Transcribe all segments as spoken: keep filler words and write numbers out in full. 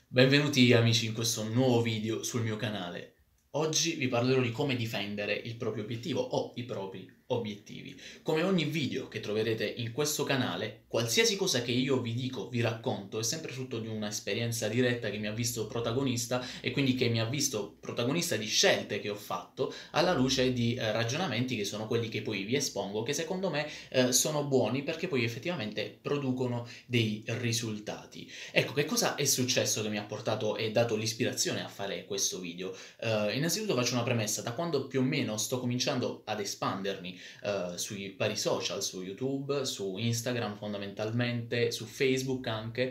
Benvenuti amici in questo nuovo video sul mio canale. Oggi vi parlerò di come difendere il proprio obiettivo o i propri obiettivi. Come ogni video che troverete in questo canale, qualsiasi cosa che io vi dico, vi racconto, è sempre frutto di un'esperienza diretta che mi ha visto protagonista e quindi che mi ha visto protagonista di scelte che ho fatto alla luce di eh, ragionamenti che sono quelli che poi vi espongo, che secondo me eh, sono buoni perché poi effettivamente producono dei risultati. Ecco, che cosa è successo che mi ha portato e dato l'ispirazione a fare questo video? Uh, innanzitutto faccio una premessa: da quando più o meno sto cominciando ad espandermi uh, sui vari social, su YouTube, su Instagram fondamentalmente, su Facebook anche,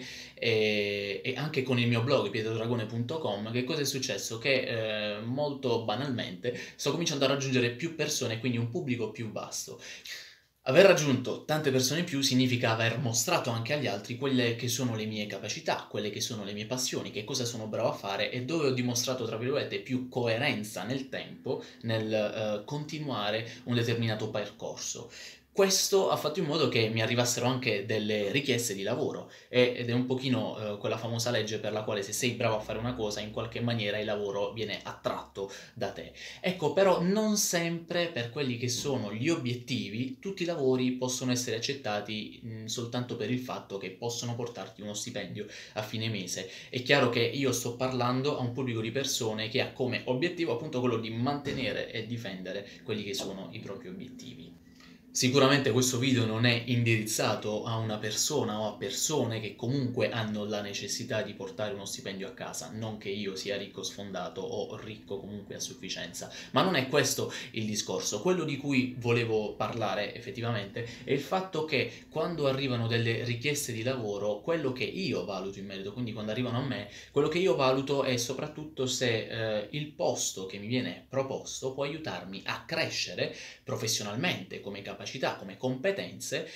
e, e anche con il mio blog pietrodragone punto com, che cosa è successo? Che eh, molto banalmente sto cominciando a raggiungere più persone, quindi un pubblico più vasto. Aver raggiunto tante persone in più significa aver mostrato anche agli altri quelle che sono le mie capacità, quelle che sono le mie passioni, che cosa sono bravo a fare e dove ho dimostrato, tra virgolette, più coerenza nel tempo, nel eh, continuare un determinato percorso. Questo ha fatto in modo che mi arrivassero anche delle richieste di lavoro ed è un pochino eh, quella famosa legge per la quale se sei bravo a fare una cosa, in qualche maniera il lavoro viene attratto da te. Ecco, però non sempre per quelli che sono gli obiettivi tutti i lavori possono essere accettati mh, soltanto per il fatto che possono portarti uno stipendio a fine mese. È chiaro che io sto parlando a un pubblico di persone che ha come obiettivo appunto quello di mantenere e difendere quelli che sono i propri obiettivi. Sicuramente questo video non è indirizzato a una persona o a persone che comunque hanno la necessità di portare uno stipendio a casa, non che io sia ricco sfondato o ricco comunque a sufficienza, ma non è questo il discorso. Quello di cui volevo parlare effettivamente è il fatto che quando arrivano delle richieste di lavoro, quello che io valuto in merito, quindi quando arrivano a me, quello che io valuto è soprattutto se eh, il posto che mi viene proposto può aiutarmi a crescere professionalmente come capacità, come competenze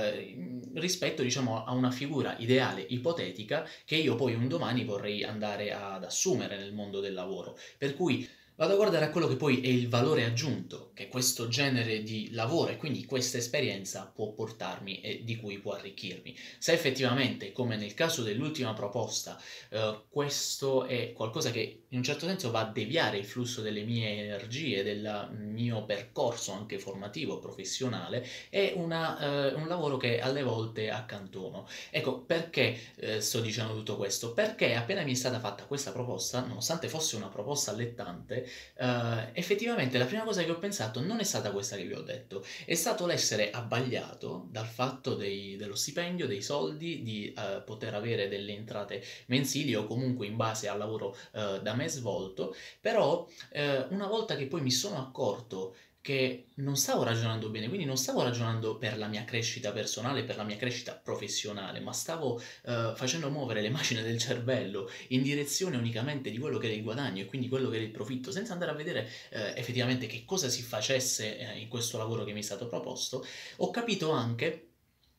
eh, rispetto diciamo a una figura ideale ipotetica che io poi un domani vorrei andare ad assumere nel mondo del lavoro. Per cui vado a guardare a quello che poi è il valore aggiunto che questo genere di lavoro e quindi questa esperienza può portarmi e di cui può arricchirmi. Se effettivamente, come nel caso dell'ultima proposta, eh, questo è qualcosa che in un certo senso va a deviare il flusso delle mie energie, del mio percorso anche formativo, professionale, è una, eh, un lavoro che alle volte accantono. Ecco, perché eh, sto dicendo tutto questo? Perché appena mi è stata fatta questa proposta, nonostante fosse una proposta allettante, Uh, effettivamente la prima cosa che ho pensato non è stata questa che vi ho detto, è stato l'essere abbagliato dal fatto dei, dello stipendio, dei soldi, di uh, poter avere delle entrate mensili o comunque in base al lavoro uh, da me svolto, però uh, una volta che poi mi sono accorto che non stavo ragionando bene, quindi non stavo ragionando per la mia crescita personale, per la mia crescita professionale, ma stavo uh, facendo muovere le macine del cervello in direzione unicamente di quello che era il guadagno e quindi quello che era il profitto, senza andare a vedere eh, effettivamente che cosa si facesse eh, in questo lavoro che mi è stato proposto. Ho capito anche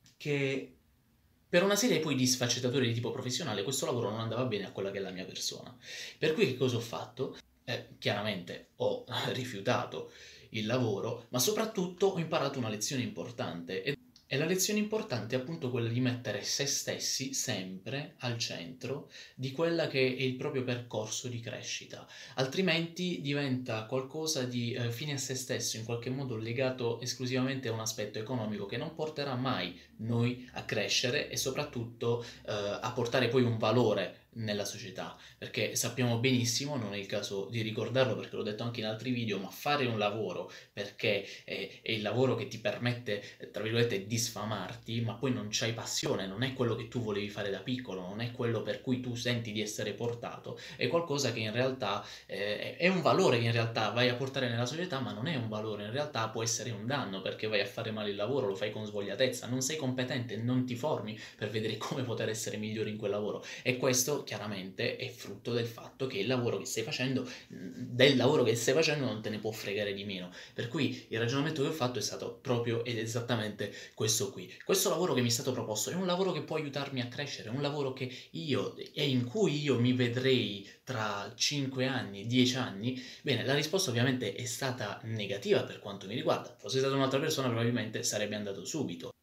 che per una serie poi di sfaccettature di tipo professionale questo lavoro non andava bene a quella che è la mia persona. Per cui che cosa ho fatto? Eh, chiaramente ho rifiutato il lavoro, ma soprattutto ho imparato una lezione importante. E e la lezione importante è appunto quella di mettere se stessi sempre al centro di quella che è il proprio percorso di crescita, altrimenti diventa qualcosa di eh, fine a se stesso, in qualche modo legato esclusivamente a un aspetto economico che non porterà mai noi a crescere e soprattutto eh, a portare poi un valore nella società, perché sappiamo benissimo, non è il caso di ricordarlo perché l'ho detto anche in altri video, ma fare un lavoro perché è, è il lavoro che ti permette, tra virgolette, di sfamarti, ma poi non c'hai passione, non è quello che tu volevi fare da piccolo, non è quello per cui tu senti di essere portato, è qualcosa che in realtà eh, è un valore che in realtà vai a portare nella società, ma non è un valore, in realtà può essere un danno perché vai a fare male il lavoro, lo fai con svogliatezza, non sei competente, non ti formi per vedere come poter essere migliore in quel lavoro e questo chiaramente è frutto del fatto che il lavoro che stai facendo, del lavoro che stai facendo non te ne può fregare di meno, per cui il ragionamento che ho fatto è stato proprio ed esattamente questo qui. Questo lavoro che mi è stato proposto è un lavoro che può aiutarmi a crescere, è un lavoro che io e in cui io mi vedrei tra cinque anni, dieci anni. Bene, la risposta ovviamente è stata negativa per quanto mi riguarda, fosse stata un'altra persona probabilmente sarebbe andato subito.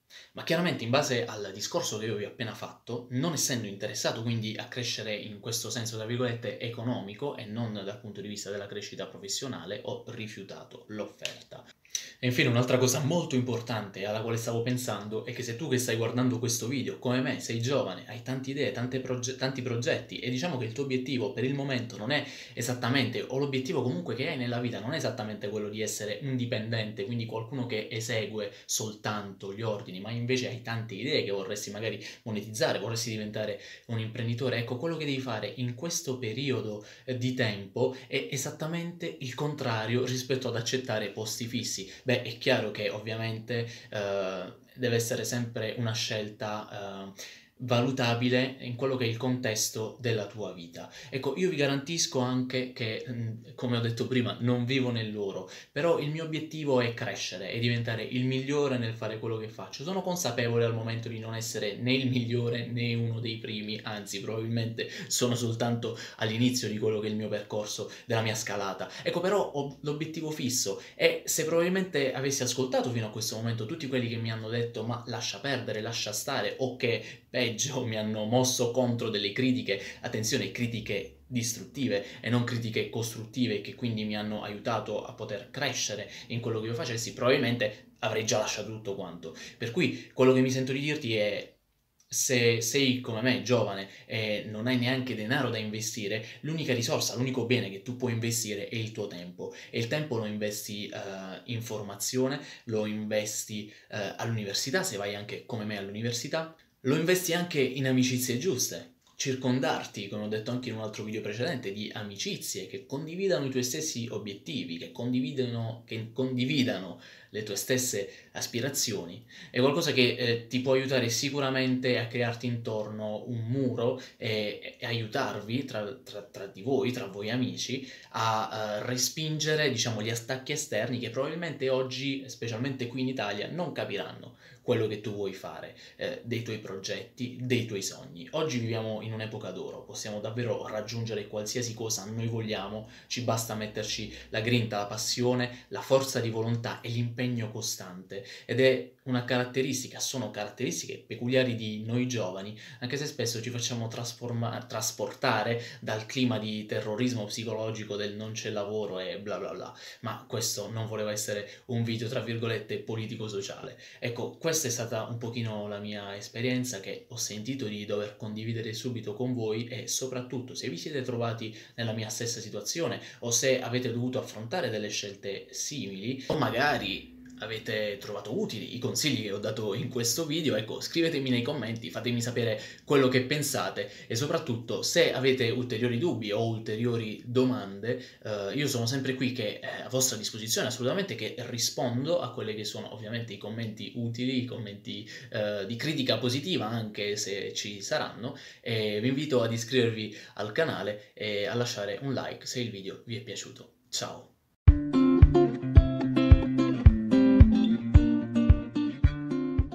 Ma chiaramente in base al discorso che io vi ho appena fatto, non essendo interessato quindi a crescere in questo senso, tra virgolette, economico e non dal punto di vista della crescita professionale, ho rifiutato l'offerta. E infine un'altra cosa molto importante alla quale stavo pensando è che se tu che stai guardando questo video, come me, sei giovane, hai tante idee, tante proge- tanti progetti e diciamo che il tuo obiettivo per il momento non è esattamente, o l'obiettivo comunque che hai nella vita non è esattamente quello di essere indipendente, quindi qualcuno che esegue soltanto gli ordini, ma invece hai tante idee che vorresti magari monetizzare, vorresti diventare un imprenditore, ecco, quello che devi fare in questo periodo eh, di tempo è esattamente il contrario rispetto ad accettare posti fissi. Beh, è chiaro che ovviamente eh, deve essere sempre una scelta eh, valutabile in quello che è il contesto della tua vita. Ecco, io vi garantisco anche che, mh, come ho detto prima, non vivo nell'oro, però il mio obiettivo è crescere e diventare il migliore nel fare quello che faccio. Sono consapevole al momento di non essere né il migliore né uno dei primi, anzi, probabilmente sono soltanto all'inizio di quello che è il mio percorso, della mia scalata. Ecco, però ho l'obiettivo fisso e se probabilmente avessi ascoltato fino a questo momento tutti quelli che mi hanno detto ma lascia perdere, lascia stare, o che peggio mi hanno mosso contro delle critiche, attenzione, critiche distruttive e non critiche costruttive che quindi mi hanno aiutato a poter crescere in quello che io facessi, probabilmente avrei già lasciato tutto quanto. Per cui quello che mi sento di dirti è: se sei come me, giovane, e non hai neanche denaro da investire, l'unica risorsa, l'unico bene che tu puoi investire è il tuo tempo. E il tempo lo investi eh, in formazione, lo investi eh, all'università, se vai anche come me all'università, lo investi anche in amicizie giuste. Circondarti, come ho detto anche in un altro video precedente, di amicizie che condividano i tuoi stessi obiettivi, che condividano, che condividano le tue stesse aspirazioni, è qualcosa che eh, ti può aiutare sicuramente a crearti intorno un muro e, e aiutarvi tra, tra, tra di voi, tra voi amici, a, a respingere, diciamo, gli attacchi esterni che probabilmente oggi, specialmente qui in Italia, non capiranno quello che tu vuoi fare, eh, dei tuoi progetti, dei tuoi sogni. Oggi viviamo in un'epoca d'oro, possiamo davvero raggiungere qualsiasi cosa noi vogliamo, ci basta metterci la grinta, la passione, la forza di volontà e l'impegno costante. Ed è una caratteristica, sono caratteristiche peculiari di noi giovani, anche se spesso ci facciamo trasportare dal clima di terrorismo psicologico del non c'è lavoro e bla bla bla. Ma questo non voleva essere un video, tra virgolette, politico-sociale. Ecco, questa è stata un pochino la mia esperienza che ho sentito di dover condividere subito con voi e soprattutto se vi siete trovati nella mia stessa situazione o se avete dovuto affrontare delle scelte simili o magari avete trovato utili i consigli che ho dato in questo video, ecco, scrivetemi nei commenti, fatemi sapere quello che pensate e soprattutto se avete ulteriori dubbi o ulteriori domande, eh, io sono sempre qui che è a vostra disposizione, assolutamente, che rispondo a quelli che sono ovviamente i commenti utili, i commenti eh, di critica positiva anche se ci saranno, e vi invito ad iscrivervi al canale e a lasciare un like se il video vi è piaciuto. Ciao!